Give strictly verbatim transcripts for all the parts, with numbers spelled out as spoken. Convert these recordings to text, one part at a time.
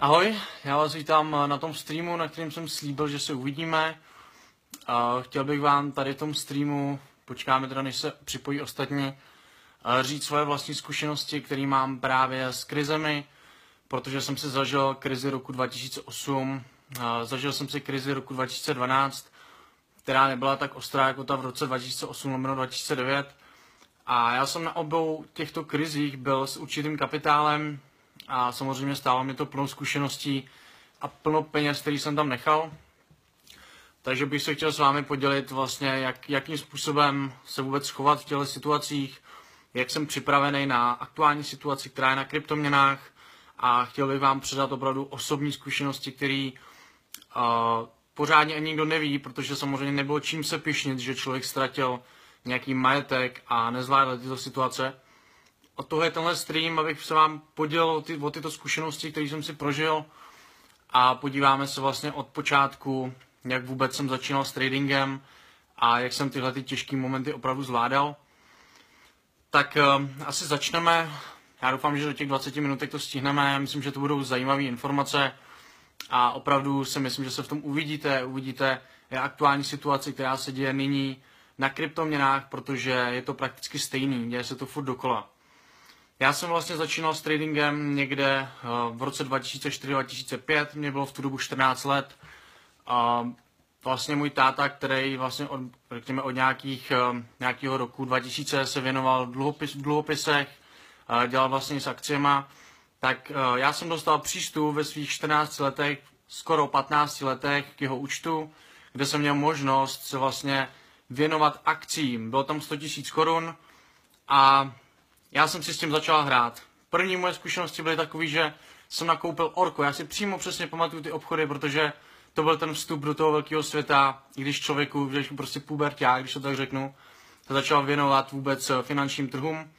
Ahoj, já vás vítám na tom streamu, na kterém jsem slíbil, že se uvidíme. Chtěl bych vám tady v tom streamu, počkáme teda, než se připojí ostatní, říct svoje vlastní zkušenosti, které mám právě s krizemi, protože jsem si zažil krizi roku dva tisíce osm, zažil jsem si krizi roku dva tisíce dvanáct, která nebyla tak ostrá jako ta v roce dva tisíce osm lomeno dva tisíce devět. A já jsem na obou těchto krizích byl s určitým kapitálem a samozřejmě stálo mi to plnou zkušeností a plno peněz, který jsem tam nechal. Takže bych se chtěl s vámi podělit vlastně, jak, jakým způsobem se vůbec chovat v těchto situacích, jak jsem připravený na aktuální situaci, která je na kryptoměnách, a chtěl bych vám předat opravdu osobní zkušenosti, které uh, pořádně ani nikdo neví, protože samozřejmě nebylo čím se pyšnit, že člověk ztratil nějaký majetek a nezvládl tyto situace. Od toho je tenhle stream, abych se vám podělil o, ty, o tyto zkušenosti, které jsem si prožil, a podíváme se vlastně od počátku, jak vůbec jsem začínal s tradingem a jak jsem tyhle ty těžké momenty opravdu zvládal. Tak uh, asi začneme. Já doufám, že do těch dvaceti minutek to stihneme. Myslím, že to budou zajímavé informace a opravdu si myslím, že se v tom uvidíte. Uvidíte aktuální situaci, která se děje nyní na kryptoměnách, protože je to prakticky stejný, děje se to furt dokola. Já jsem vlastně začínal s tradingem někde v roce dva tisíce čtyři dva tisíce pět, mě bylo v tu dobu čtrnáct let. A vlastně můj táta, který vlastně od, řekněme, od nějakých, nějakého roku dva tisíce se věnoval dluhopis, v dluhopisech, dělal vlastně s akciema, tak já jsem dostal přístup ve svých čtrnácti letech, skoro patnácti letech k jeho účtu, kde jsem měl možnost se vlastně věnovat akcím. Bylo tam sto tisíc korun a já jsem si s tím začal hrát. První moje zkušenosti byly takové, že jsem nakoupil Orko. Já si přímo přesně pamatuju ty obchody, protože to byl ten vstup do toho velkého světa, i když člověku, když prostě puberťák, když to tak řeknu, se začal věnovat vůbec finančním trhům.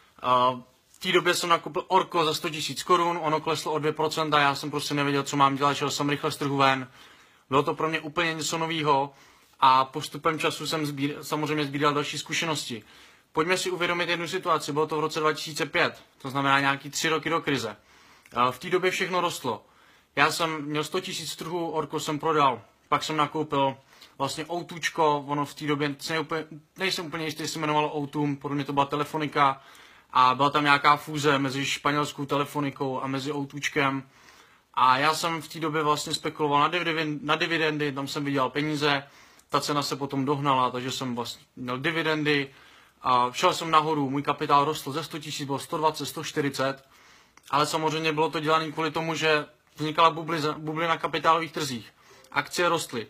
V té době jsem nakoupil Orko za sto tisíc korun, ono kleslo o dvě procenta, já jsem prostě nevěděl, co mám dělat, šel jsem rychle z trhu ven. Bylo to pro mě úplně něco nového a postupem času jsem sbír, samozřejmě sbíral další zkušenosti. Pojďme si uvědomit jednu situaci, bylo to v roce dva tisíce pět, to znamená nějaký tři roky do krize. V té době všechno rostlo. Já jsem měl sto tisíc trhů, Orko jsem prodal, pak jsem nakoupil vlastně Outučko, ono v té době, úplně, nejsem úplně jistý, jestli se jmenovalo Outum, podle mě to byla Telefonika a byla tam nějaká fúze mezi španělskou Telefonikou a mezi Outučkem. A já jsem v té době vlastně spekuloval na, dividendy, na dividendy, tam jsem vydělal peníze, ta cena se potom dohnala, takže jsem vlastně měl dividendy. A šel jsem nahoru, můj kapitál rostl ze sto tisíc, bylo sto dvacet, sto čtyřicet, ale samozřejmě bylo to dělané kvůli tomu, že vznikala bublina na kapitálových trzích. Akcie rostly.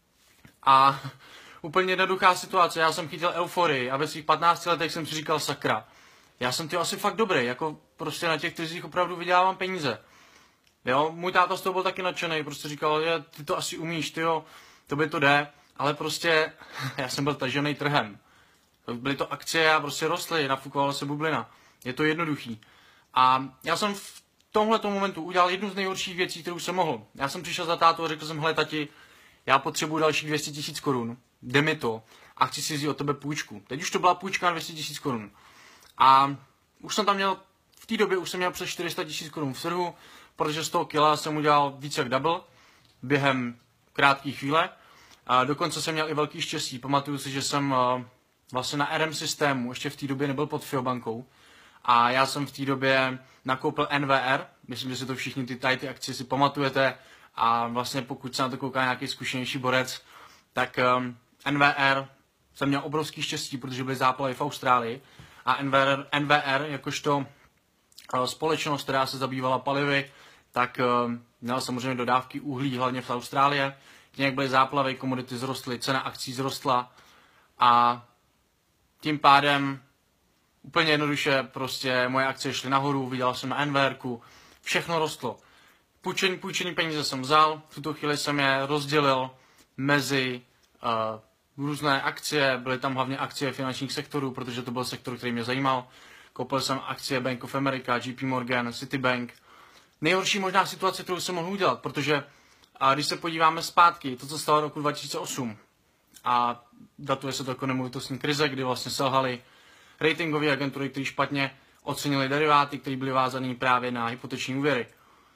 A úplně jednoduchá situace, já jsem chytil euforii a ve svých patnácti letech jsem si říkal, sakra, já jsem ty asi fakt dobrý, jako prostě na těch trzích opravdu vydělávám peníze. Jo, můj táta z toho byl taky nadšený, prostě říkal, že ty to asi umíš, tyjo, to by to jde, ale prostě já jsem byl tažený trhem. Byly to akcie a prostě rostly, nafukovala se bublina. Je to jednoduchý. A já jsem v tomhletom momentu udělal jednu z nejhorších věcí, kterou jsem mohl. Já jsem přišel za tátu a řekl jsem, hele tati, já potřebuji dalších dvě stě tisíc korun, jde mi to a chci si vzít od tebe půjčku. Teď už to byla půjčka na dvě stě tisíc korun. A už jsem tam měl, v té době už jsem měl přes čtyři sta tisíc korun v trhu, protože z toho kila jsem udělal více jak double během krátké chvíle. A dokonce jsem měl i velký štěstí. Pamatuju si, že jsem vlastně na R M systému, ještě v té době nebyl pod Fiobankou, a já jsem v té době nakoupil N V R, myslím, že si to všichni ty, tady ty akcie si pamatujete, a vlastně pokud se na to kouká nějaký zkušenější borec, tak um, N V R jsem měl obrovský štěstí, protože byly záplavy v Austrálii a N V R, N V R jakožto uh, společnost, která se zabývala palivy, tak uh, měla samozřejmě dodávky uhlí, hlavně v Austrálii. Jak byly záplavy, komodity zrostly, cena akcí zrostla a tím pádem úplně jednoduše prostě moje akcie šly nahoru, vydělal jsem na N V R ku, všechno rostlo. Půjčený, půjčený peníze jsem vzal, v tuto chvíli jsem je rozdělil mezi uh, různé akcie, byly tam hlavně akcie finančních sektorů, protože to byl sektor, který mě zajímal. Koupil jsem akcie Bank of America, J P Morgan, Citibank. Nejhorší možná situace, kterou jsem mohl udělat, protože uh, když se podíváme zpátky, to, co stalo roku dva tisíce osm, a datuje se to jako nemovitostní krize, kdy vlastně selhaly ratingové agentury, které špatně ocenily deriváty, které byly vázané právě na hypoteční úvěry.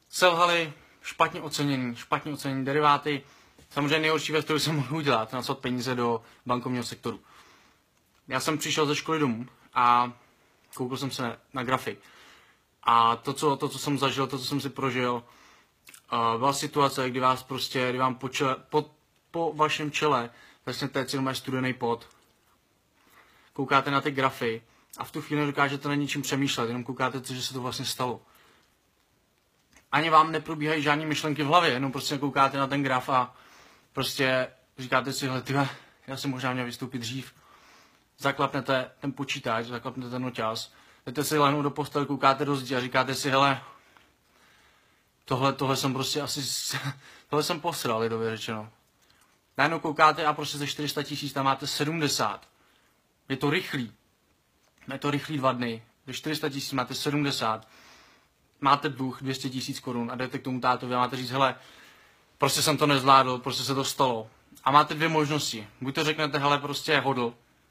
selhaly, špatně oceněný, špatně oceněný deriváty. Samozřejmě nejhorší věc, kterou jsem mohl udělat, naslat peníze do bankovního sektoru. Já jsem přišel ze školy domů a koukal jsem se na, na grafy. A to co, to, co jsem zažil, to, co jsem si prožil, uh, byla situace, kdy vás prostě, kdy vám po, čele, po, po vašem čele vlastně teď jenom máš studený pot. Koukáte na ty grafy a v tu chvíli nedokážete na ničím přemýšlet, jenom koukáte, co, že se to vlastně stalo. Ani vám neprobíhají žádné myšlenky v hlavě, jenom prostě koukáte na ten graf a prostě říkáte si, hele, tyhle, já jsem možná měl vystoupit dřív. Zaklapnete ten počítač, zaklapnete ten noťaz, jdete si lehnout do postele, koukáte do zdi a říkáte si, hele, tohle, tohle jsem prostě asi, tohle jsem posral, lidově řečeno. Najednou koukáte a prostě ze čtyři sta tisíc tam máte sedmdesát. Je to rychlý. Je to rychlý dva dny. Ze čtyři sta tisíc máte sedmdesát. Máte dluh dvě stě tisíc korun a jdete k tomu tátovi a máte říct, hele, prostě jsem to nezvládl, prostě se to stalo. A máte dvě možnosti. Buď to řeknete, hele, prostě hodl,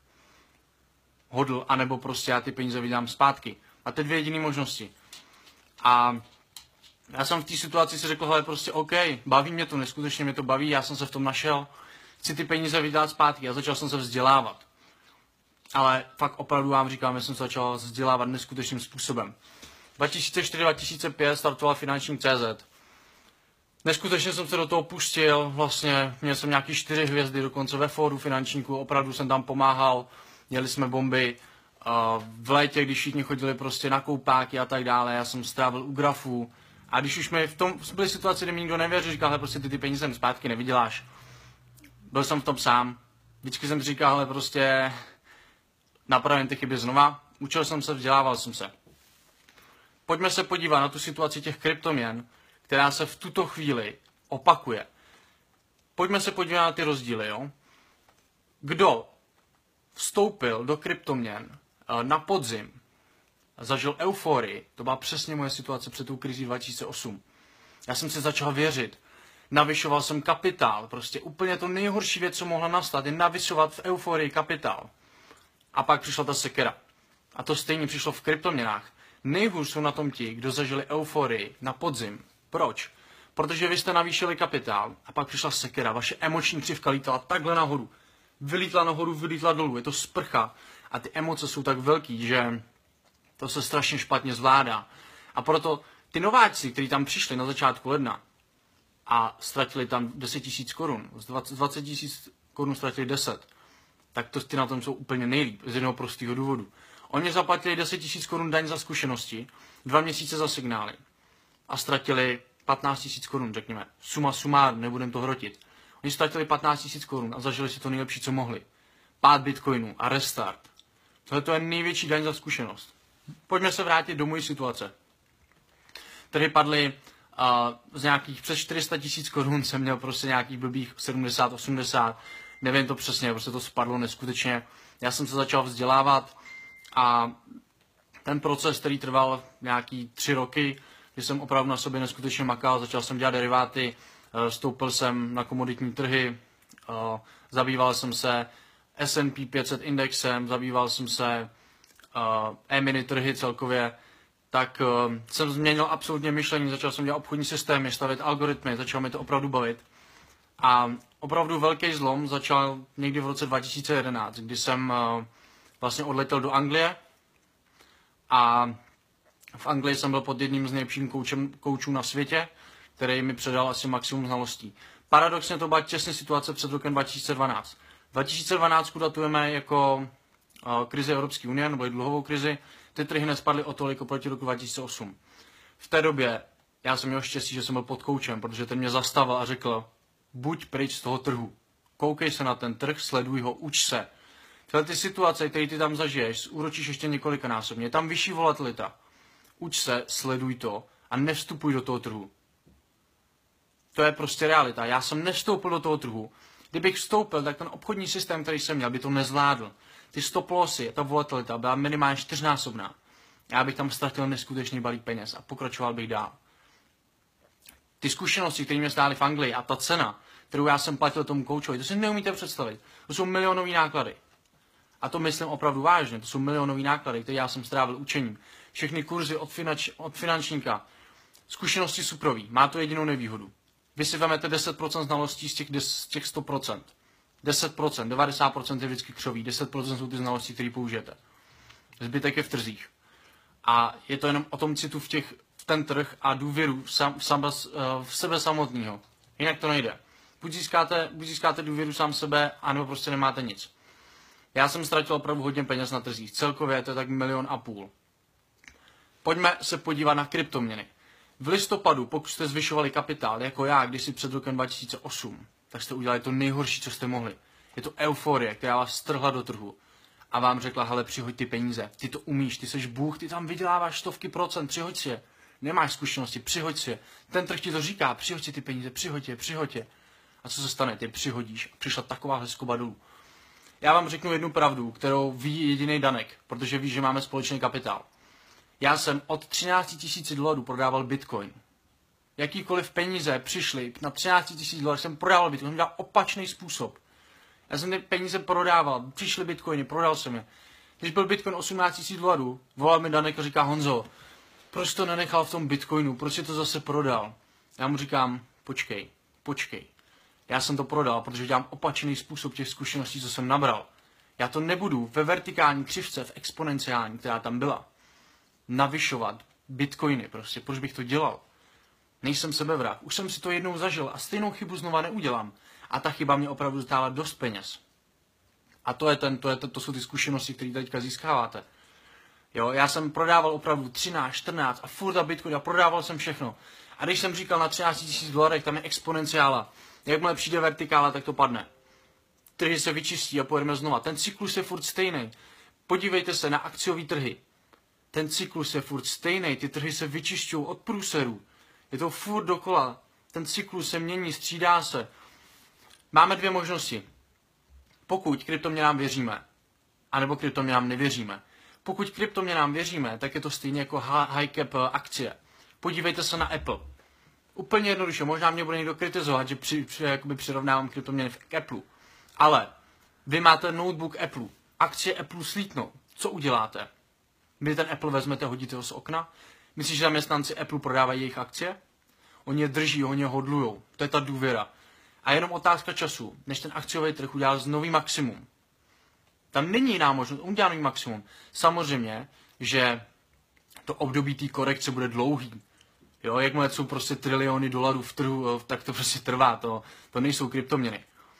hodl, anebo prostě já ty peníze vydám zpátky. Máte dvě jediné možnosti. A já jsem v té situaci si řekl, hele, prostě OK, baví mě to, neskutečně mě to baví, já jsem se v tom našel, chci ty peníze vydat zpátky a začal jsem se vzdělávat. Ale fakt opravdu vám říkám, že jsem se začal vzdělávat neskutečným způsobem. dva tisíce čtyři dva tisíce pět startoval finanční tečka cé zet. Neskutečně jsem se do toho pustil, vlastně měl jsem nějaký čtyři hvězdy dokonce ve fóru finančníků, opravdu jsem tam pomáhal, měli jsme bomby, v létě, když všichni chodili prostě na koupáky a tak dále, já jsem strávil u grafů a když už mi v tom byly situaci, kde mi nikdo nevěřil, říkal, hele, prostě ty ty peníze zpátky nevyděláš. Byl jsem v tom sám, vždycky jsem říkal, hele, prostě napravím ty chyby znova, učil jsem se, vzdělával jsem se. Pojďme se podívat na tu situaci těch kryptoměn, která se v tuto chvíli opakuje. Pojďme se podívat na ty rozdíly, jo. Kdo vstoupil do kryptoměn na podzim, zažil euforii, to byla přesně moje situace před tou krizí dva tisíce osm. Já jsem si začal věřit, navyšoval jsem kapitál, prostě úplně to nejhorší věc, co mohla nastat, je navyšovat v euforii kapitál. A pak přišla ta sekera. A to stejně přišlo v kryptoměnách. Nejhůř jsou na tom ti, kdo zažili euforii na podzim. Proč? Protože vy jste navýšili kapitál a pak přišla sekera, vaše emoční křivka lítala takhle nahoru. Vylítla nahoru, vylítla dolů, je to sprcha. A ty emoce jsou tak velký, že to se strašně špatně zvládá. A proto ty nováčci, kteří tam přišli na začátku ledna a ztratili tam deset tisíc korun, z dvacet tisíc korun ztratili deset, tak to ty na tom jsou úplně nejlíp, z jednoho prostého důvodu. Oni zaplatili deset tisíc korun daň za zkušenosti, dva měsíce za signály a ztratili patnáct tisíc korun, řekněme. Suma sumár, nebudem to hrotit. Oni ztratili patnáct tisíc korun a zažili si to nejlepší, co mohli. Pád bitcoinu a restart. Tohle to je největší daň za zkušenost. Pojďme se vrátit do mojí situace. Tady padly uh, z nějakých přes čtyři sta tisíc korun, jsem měl prostě nějakých blbých sedmdesát osmdesát, nevím to přesně, prostě to spadlo neskutečně. Já jsem se začal vzdělávat a ten proces, který trval nějaký tři roky, kdy jsem opravdu na sobě neskutečně makal, začal jsem dělat deriváty, vstoupil jsem na komoditní trhy, zabýval jsem se S and P pět set indexem, zabýval jsem se e-mini trhy celkově, tak jsem změnil absolutně myšlení, začal jsem dělat obchodní systémy, stavět algoritmy, začal mi to opravdu bavit. A opravdu velký zlom začal někdy v roce dva tisíce jedenáct, kdy jsem vlastně odletěl do Anglie a v Anglii jsem byl pod jedním z nejlepších koučů na světě, který mi předal asi maximum znalostí. Paradoxně to byla těsně situace před rokem dva tisíce dvanáct. dva tisíce dvanáct datujeme jako krizi Evropské unie, nebo i dluhovou krizi. Ty trhy nespadly o tolik oproti roku dva tisíce osm. V té době já jsem měl štěstí, že jsem byl pod koučem, protože ten mě zastavil a řekl, buď pryč z toho trhu. Koukej se na ten trh, sleduj ho, uč se. Tyhle ty situace, které ty tam zažiješ, úročíš ještě několikanásobně. Je tam vyšší volatilita. Uč se, sleduj to a nevstupuj do toho trhu. To je prostě realita. Já jsem nevstoupil do toho trhu. Kdybych vstoupil, tak ten obchodní systém, který jsem měl, by to nezvládl. Ty stop lossy, ta volatilita byla minimálně čtyřnásobná. Já bych tam ztratil neskutečný balík peněz a pokračoval bych dál. Ty zkušenosti, které mě stály v Anglii a ta cena, kterou já jsem platil tomu koučovi, to si neumíte představit. To jsou milionové náklady. A to myslím opravdu vážně. To jsou milionové náklady, které já jsem strávil učením. Všechny kurzy od, finanč, od finančníka. Zkušenosti suprový. Má to jedinou nevýhodu. Vy si vezmete deset procent znalostí z těch, z těch sto procent. deset procent, devadesát procent je vždycky křoví, deset procent jsou ty znalosti, které použijete. Zbytek je v trzích. A je to jenom o tom citu v, těch, v ten trh a důvěru v, sam, v, sam, v sebe samotného. Jinak to nejde. Buď získáte, buď získáte důvěru sám sebe, anebo prostě nemáte nic. Já jsem ztratil opravdu hodně peněz na trzích. Celkově to je tak milion a půl. Pojďme se podívat na kryptoměny. V listopadu, pokud jste zvyšovali kapitál, jako já, když si před rokem dva tisíce osm, tak jste udělali to nejhorší, co jste mohli. Je to euforie, která vás strhla do trhu a vám řekla, hele, přihoď ty peníze, ty to umíš, ty seš bůh, ty tam vyděláváš stovky procent, přihoď si je. Nemáš zkušenosti, přihoď si je. Ten trh ti to říká, přihoď si ty peníze, přihoď je, přihoď je. A co se stane? Ty přihodíš a přišla taková hezkoba dolů. Já vám řeknu jednu pravdu, kterou ví jediný Danek, protože ví, že máme společný kapitál. Já jsem od třináct tisíc dolarů prodával bitcoin. Jakýkoliv peníze přišly na třináct tisíc dolarů, jsem prodával bitcoin, jsem dělal opačný způsob. Já jsem ty peníze prodával, přišly bitcoiny, prodal jsem je. Když byl bitcoin osmnáct tisíc dolarů, volal mi Danek a říká, Honzo, proč to nenechal v tom bitcoinu, proč si to zase prodal? Já mu říkám, počkej, počkej. Já jsem to prodal, protože dělám opačný způsob těch zkušeností, co jsem nabral. Já to nebudu ve vertikální křivce, v exponenciální, která tam byla, navyšovat bitcoiny, prostě, proč bych to dělal? Nejsem sebevrah. Už jsem si to jednou zažil a stejnou chybu znova neudělám. A ta chyba mě opravdu stála dost peněz. A to, je ten, to, je ten, to jsou ty zkušenosti, které teďka získáváte. Jo, já jsem prodával opravdu třináct, čtrnáct a furt a bitcoin a prodával jsem všechno. A když jsem říkal na třináct tisíc dolarech, tam je exponenciála. Jakmile přijde vertikála, tak to padne. Trhy se vyčistí a pojedeme znova. Ten cyklus je furt stejný. Podívejte se na akciové trhy. Ten cyklus je furt stejný. Ty trhy se vyčišťují od průserů. Je to furt dokola. Ten cyklus se mění, střídá se. Máme dvě možnosti. Pokud kryptoměnám věříme, anebo kryptoměnám nevěříme. Pokud kryptoměnám věříme, tak je to stejně jako high cap akcie. Podívejte se na Apple. Úplně jednoduše, možná mě bude někdo kritizovat, že při, při, jakoby přirovnávám kryptoměny k Apple. Ale vy máte notebook Apple, akcie Apple slítnou. Co uděláte? Vy ten Apple vezmete, hodíte ho z okna? Myslíš, že zaměstnanci Apple prodávají jejich akcie? Oni je drží, oni je hodlujou. To je ta důvěra. A jenom otázka času, než ten akciový trh udělá nový maximum. Tam není jiná možnost, on udělá nový maximum. Samozřejmě, že to období té korekce bude dlouhý. Jo, jakmile jsou prostě triliony dolarů v trhu, tak to prostě trvá, to, to nejsou kryptoměny.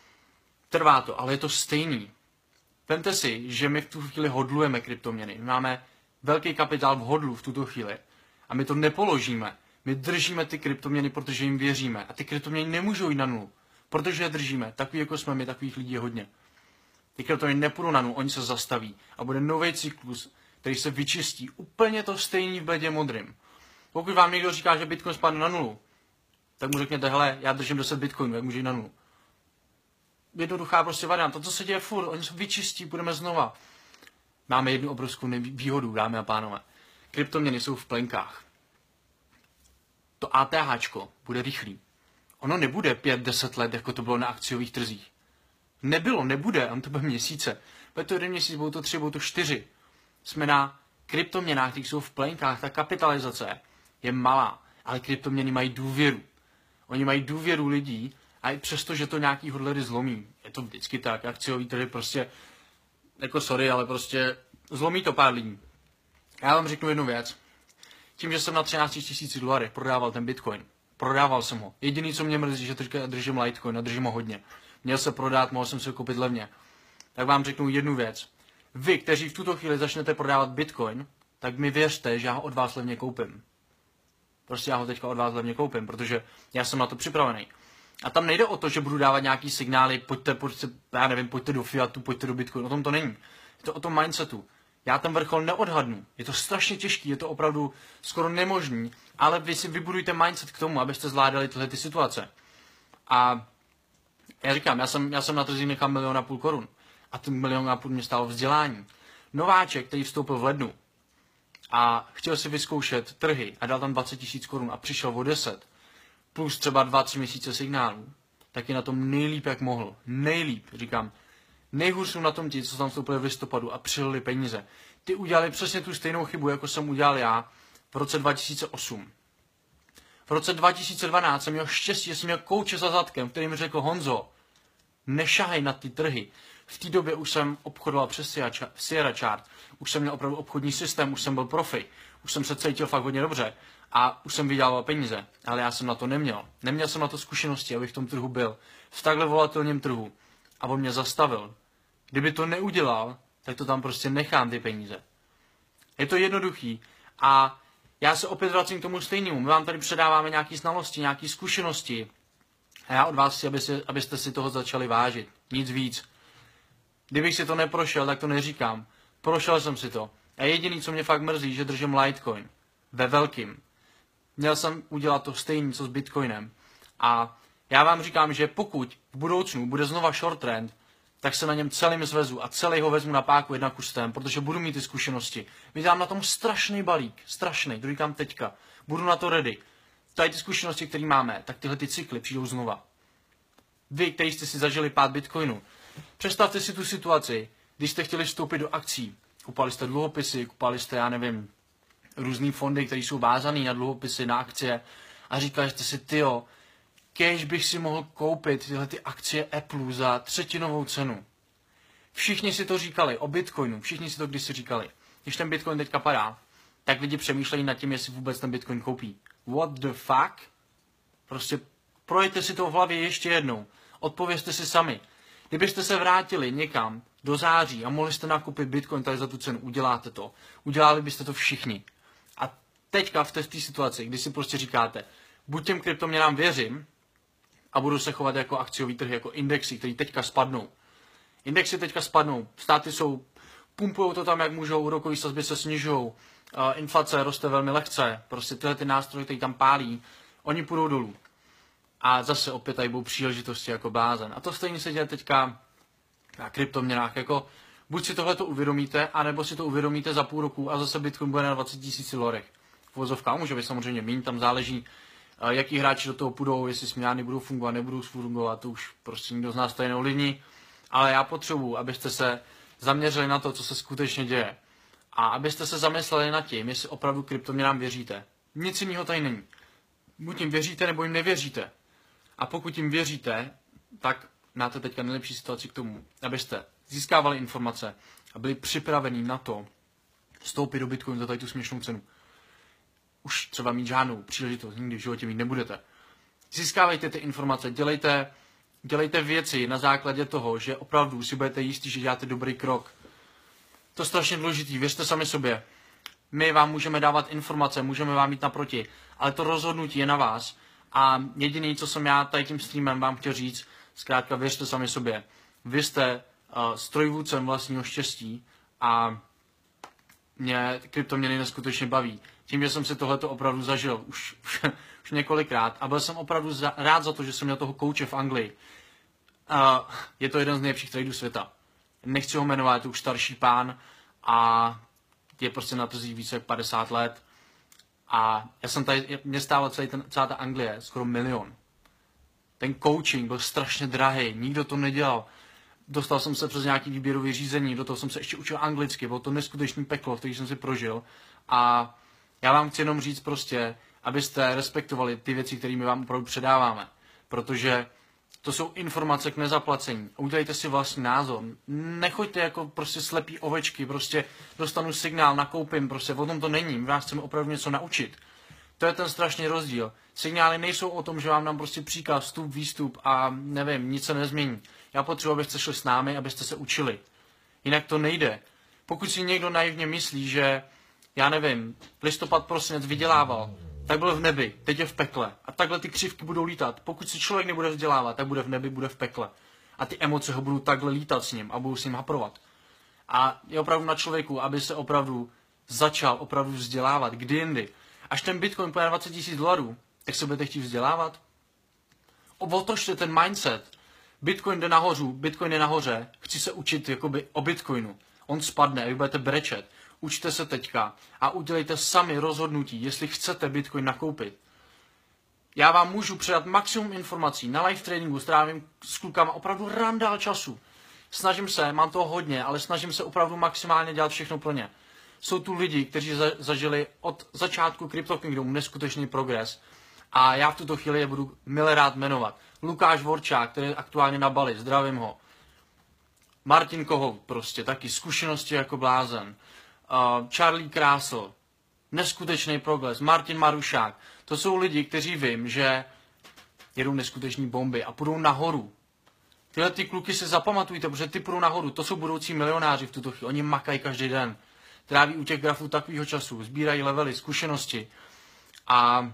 Trvá to, ale je to stejný. Vemte si, že my v tu chvíli hodlujeme kryptoměny. My máme velký kapitál v hodlu v tuto chvíli a my to nepoložíme. My držíme ty kryptoměny, protože jim věříme. A ty kryptoměny nemůžou jít na nulu, protože je držíme. Takový jako jsme my, takových lidí je hodně. Ty kryptoměny nepůjdou na nulu, oni se zastaví a bude nový cyklus, který se vyčistí. Úplně to stejný v bledě modrým. Pokud vám někdo říká, že Bitcoin spadne na nulu, tak mu řekněte, hele, já držím deset bitcoinů, jak může jít na nulu. Jednoduchá prostě varianta. To, co se děje furt, oni se vyčistí, budeme znova. Máme jednu obrovskou výhodu, dámy a pánové. Kryptoměny jsou v plenkách. To ATHčko bude rychlý. Ono nebude pět deset let, jako to bylo na akciových trzích. Nebylo, nebude, on to bude měsíce. Bude to jeden měsíc, budou to tři, budou to čtyři. Jsme na kryptoměnách, které jsou v plenkách, ta kapitalizace je malá, ale kryptoměny mají důvěru. Oni mají důvěru lidí a i přesto, že to nějaký hodlery zlomí. Je to vždycky tak, akciový trhy prostě, jako sorry, ale prostě zlomí to pár lidí. Já vám řeknu jednu věc. Tím, že jsem na třináct tisíc dolarů prodával ten bitcoin, prodával jsem ho. Jediný, co mě mrzí, že držím Litecoin a držím ho hodně. Měl se prodat, mohl jsem si ho koupit levně. Tak vám řeknu jednu věc. Vy, kteří v tuto chvíli začnete prodávat bitcoin, tak mi věřte, že já ho od vás levně koupím. Prostě já ho teďka od vás levně koupím, protože já jsem na to připravený. A tam nejde o to, že budu dávat nějaký signály, pojďte, pojďte, já nevím, pojďte do fiatu, pojďte do bitcoinu, o tom to není. Je to o tom mindsetu. Já ten vrchol neodhadnu. Je to strašně těžký, je to opravdu skoro nemožný, ale vy si vybudujte mindset k tomu, abyste zvládali tyhle ty situace. A já říkám, já jsem, já jsem na trzích nechal milion a půl korun. A ten milion a půl mě stálo vzdělání. Nováček, který vstoupil v lednu a chtěl si vyzkoušet trhy a dal tam dvacet tisíc korun a přišel o deset, plus třeba dva tři měsíce signálů, tak je na tom nejlíp, jak mohl. Nejlíp, říkám. Nejhůř jsou na tom ti, co tam vstoupili v listopadu a přilili peníze. Ty udělali přesně tu stejnou chybu, jako jsem udělal já v roce dva tisíce osm. V roce dva tisíce dvanáct jsem měl štěstí, že jsem měl kouče za zadkem, který mi řekl: Honzo, nešahej na ty trhy. V té době už jsem obchodoval přes Sierra Chart, už jsem měl opravdu obchodní systém, už jsem byl profi, už jsem se cítil fakt hodně dobře a už jsem vydělával peníze, ale já jsem na to neměl. Neměl jsem na to zkušenosti, abych v tom trhu byl, v takhle volatilním trhu, a on mě zastavil. Kdyby to neudělal, tak to tam prostě nechám, ty peníze. Je to jednoduchý a já se opět vracím k tomu stejnému. My vám tady předáváme nějaké znalosti, nějaké zkušenosti a já od vás chci, aby si, abyste si toho začali vážit. Nic víc. Kdybych si to neprošel, tak to neříkám. Prošel jsem si to. A jediný, co mě fakt mrzí, že držím Litecoin. Ve velkým. Měl jsem udělat to stejné, co s Bitcoinem. A já vám říkám, že pokud v budoucnu bude znova short trend, tak se na něm celým zvezu a celý ho vezmu na páku jedna kustem, protože budu mít ty zkušenosti. Vydám na tom strašný balík, strašný, to říkám teďka. Budu na to ready. Tady ty zkušenosti, které máme, tak tyhle ty cykly přijdou znova. Vy, kteří jste si zažili pád Bitcoinu, představte si tu situaci, když jste chtěli vstoupit do akcí. Kupali jste dluhopisy, kupali jste, já nevím, různý fondy, které jsou vázané na dluhopisy, na akcie a říkali jste si: tyjo, kéž bych si mohl koupit tyhle ty akcie Apple za třetinovou cenu. Všichni si to říkali o Bitcoinu, všichni si to kdysi říkali. Když ten Bitcoin teďka padá, tak lidi přemýšlejí nad tím, jestli vůbec ten Bitcoin koupí. What the fuck? Prostě projďte si to v hlavě ještě jednou. Odpovězte si sami. Kdybyste se vrátili někam do září a mohli jste nakoupit Bitcoin tady za tu cenu, uděláte to. Udělali byste to všichni. A teďka v té situaci, kdy si prostě říkáte: buď těm kryptoměnám věřím a budu se chovat jako akciový trhy, jako indexy, které teďka spadnou. Indexy teďka spadnou, státy jsou, pumpujou to tam, jak můžou, úrokové sazby se snižují, inflace roste velmi lehce, prostě tyhle ty nástroje, které tam pálí, oni půjdou dolů. A zase opět tady budou příležitosti jako blázen. A to stejně se děje teďka na kryptoměnách, jako buď si tohle to uvědomíte, anebo si to uvědomíte za půl roku a zase Bitcoin bude na dvacet tisíc lorech. V uvozovkách může být samozřejmě míň, tam záleží, jaký hráči do toho půjdou, jestli směnány budou fungovat, nebudou fungovat, to už prostě nikdo z nás tady neovlivní. Ale já potřebuji, abyste se zaměřili na to, co se skutečně děje. A abyste se zamysleli nad tím, jestli opravdu kryptoměnám věříte. Nic jiného tady není. Buď jim věříte, nebo jim nevěříte. A pokud jim věříte, tak máte teďka nejlepší situaci k tomu, abyste získávali informace a byli připraveni na to vstoupit do Bitcoinu za tady tu směšnou cenu. Už třeba mít žádnou příležitost, nikdy v životě mít nebudete. Získávejte ty informace, dělejte, dělejte věci na základě toho, že opravdu si budete jistí, že děláte dobrý krok. To je strašně důležitý, věřte sami sobě. My vám můžeme dávat informace, můžeme vám jít naproti, ale to rozhodnutí je na vás. A jediný, co jsem já tady tím streamem vám chtěl říct, zkrátka věřte sami sobě. Vy jste uh, strojvůdcem vlastního štěstí a mě kryptoměny neskutečně baví. Tím, že jsem si tohleto opravdu zažil už, už, už několikrát a byl jsem opravdu za, rád za to, že jsem měl toho kouče v Anglii. Uh, je to jeden z nejlepších traderů světa. Nechci ho jmenovat, je to už starší pán a je prostě na trzích více jak padesát let. A já jsem tady, mě stála celý ten, celá ta Anglie skoro milion. Ten coaching byl strašně drahý, nikdo to nedělal. Dostal jsem se přes nějaký výběrový řízení, do toho jsem se ještě učil anglicky, bylo to neskutečný peklo, který jsem si prožil. A já vám chci jenom říct prostě, abyste respektovali ty věci, které my vám opravdu předáváme. Protože to jsou informace k nezaplacení. Udělejte si vlastní názor. Nechoďte jako prostě slepí ovečky, prostě dostanu signál, nakoupím, prostě o tom to není. My vás chceme opravdu něco naučit. To je ten strašný rozdíl. Signály nejsou o tom, že vám dám prostě příkaz, vstup, výstup a nevím, nic se nezmění. Já potřebuji, abyste šli s námi, abyste se učili. Jinak to nejde. Pokud si někdo naivně myslí, že, já nevím, listopad, prosinec vydělával, tak byl v nebi, teď je v pekle. A takhle ty křivky budou lítat. Pokud si člověk nebude vzdělávat, tak bude v nebi, bude v pekle. A ty emoce ho budou takhle lítat s ním a budou s ním haprovat. A je opravdu na člověku, aby se opravdu začal opravdu vzdělávat. Kdy jindy? Až ten Bitcoin půjde na dvacet tisíc dolarů, tak se budete chtít vzdělávat? Otočte ten mindset. Bitcoin jde nahoru, Bitcoin je nahoře, chci se učit jakoby o Bitcoinu. On spadne a vy budete brečet. Učte se teďka a udělejte sami rozhodnutí, jestli chcete Bitcoin nakoupit. Já vám můžu předat maximum informací. Na live tradingu strávím s klukama opravdu randál času. Snažím se, mám toho hodně, ale snažím se opravdu maximálně dělat všechno pro ně. Jsou tu lidi, kteří zažili od začátku Crypto Kingdomu neskutečný progres A já v tuto chvíli je budu milé rád jmenovat. Lukáš Vorčák, který je aktuálně na Bali, zdravím ho. Martin Kohout, prostě taky zkušenosti jako blázen. Uh, Charlie Krásl, neskutečný progres. Martin Marušák, to jsou lidi, kteří vím, že jedou neskuteční bomby a půjdou nahoru. Tyhle ty kluky se zapamatujte, protože ty půjdou nahoru, to jsou budoucí milionáři v tuto chvíli. Oni makají každý den. Tráví u těch grafů takového času, sbírají levely, zkušenosti. A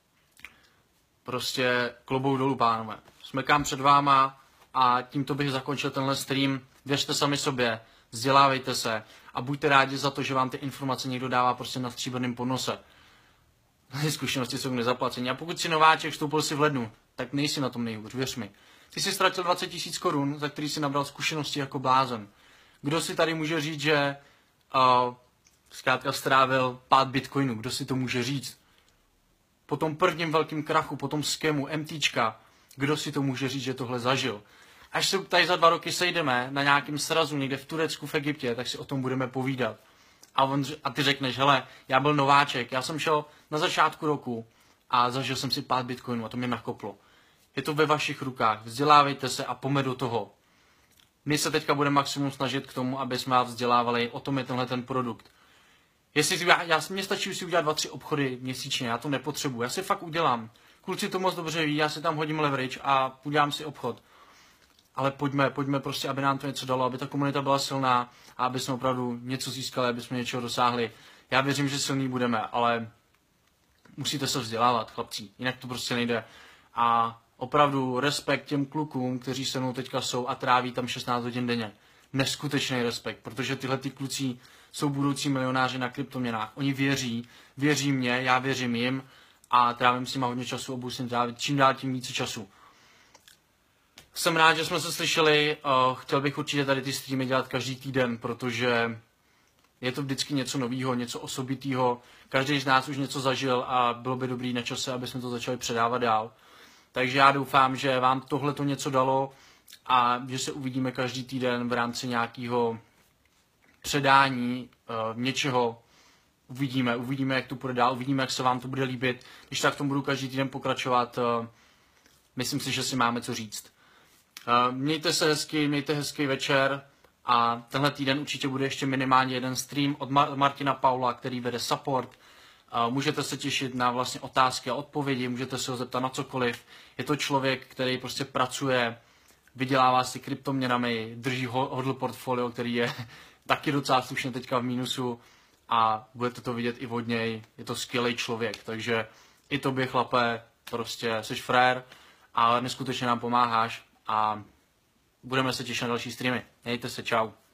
prostě klobouk dolů, pánové. Smekám před váma a tímto bych zakončil tenhle stream. Věřte sami sobě, vzdělávejte se a buďte rádi za to, že vám ty informace někdo dává prostě na stříbrném podnose. Ty zkušenosti jsou k nezaplacení. A pokud si nováček vstoupil si v lednu, tak nejsi na tom nejhůř, věř mi. Ty jsi ztratil dvacet tisíc korun, za který si nabral zkušenosti jako blázen. Kdo si tady může říct, že uh, zkrátka strávil pád bitcoinu? Kdo si to může říct? Po tom prvním velkým krachu, po tom skému, MTčka, kdo si to může říct, že tohle zažil? Až se tady za dva roky sejdeme na nějakém srazu někde v Turecku, v Egyptě, tak si o tom budeme povídat. A, on, a ty řekneš, hele, já byl nováček, já jsem šel na začátku roku a zažil jsem si pád bitcoinu a to mě nakoplo. Je to ve vašich rukách, vzdělávejte se a pojďme do toho. My se teďka budeme maximum snažit k tomu, aby jsme vás vzdělávali, o tom je tenhle ten produkt. Jestli já, já, mně stačí si udělat dva, tři obchody měsíčně, já to nepotřebuji, já si fakt udělám. Kluci to moc dobře ví, já si tam hodím leverage a udělám si obchod. Ale pojďme, pojďme prostě, aby nám to něco dalo, aby ta komunita byla silná a aby jsme opravdu něco získali, aby jsme něčeho dosáhli. Já věřím, že silný budeme, ale musíte se vzdělávat, chlapci, jinak to prostě nejde. A opravdu respekt těm klukům, kteří se mnou teďka jsou a tráví tam šestnáct hodin denně. Neskutečný respekt, protože tyhle ty kluci jsou budoucí milionáři na kryptoměnách. Oni věří, věří mě, já věřím jim a trávím s nimi hodně času a budu s nimi trávit čím dál tím více času. Jsem rád, že jsme se slyšeli, uh, chtěl bych určitě tady ty streamy dělat každý týden, protože je to vždycky něco nového, něco osobitého. Každý z nás už něco zažil a bylo by dobrý na čase, aby jsme to začali předávat dál. Takže já doufám, že vám tohle to něco dalo a že se uvidíme každý týden v rámci nějakého předání uh, něčeho. Uvidíme, uvidíme, jak to půjde dál, uvidíme, jak se vám to bude líbit. Když tak v tom budu každý týden pokračovat, uh, myslím si, že si máme co říct. Uh, mějte se hezky, mějte hezký večer a tenhle týden určitě bude ještě minimálně jeden stream od Mar- Martina Paula, který vede support. Uh, můžete se těšit na vlastně otázky a odpovědi, můžete se ho zeptat na cokoliv. Je to člověk, který prostě pracuje, vydělává si kryptoměnami, drží hodl portfolio, který je taky docela slušně teďka v mínusu a budete to vidět i od něj. Je to skvělý člověk, takže i tobě, chlape, prostě jsi frér a neskutečně nám pomáháš a budeme se těšit na další streamy. Mějte se, čau.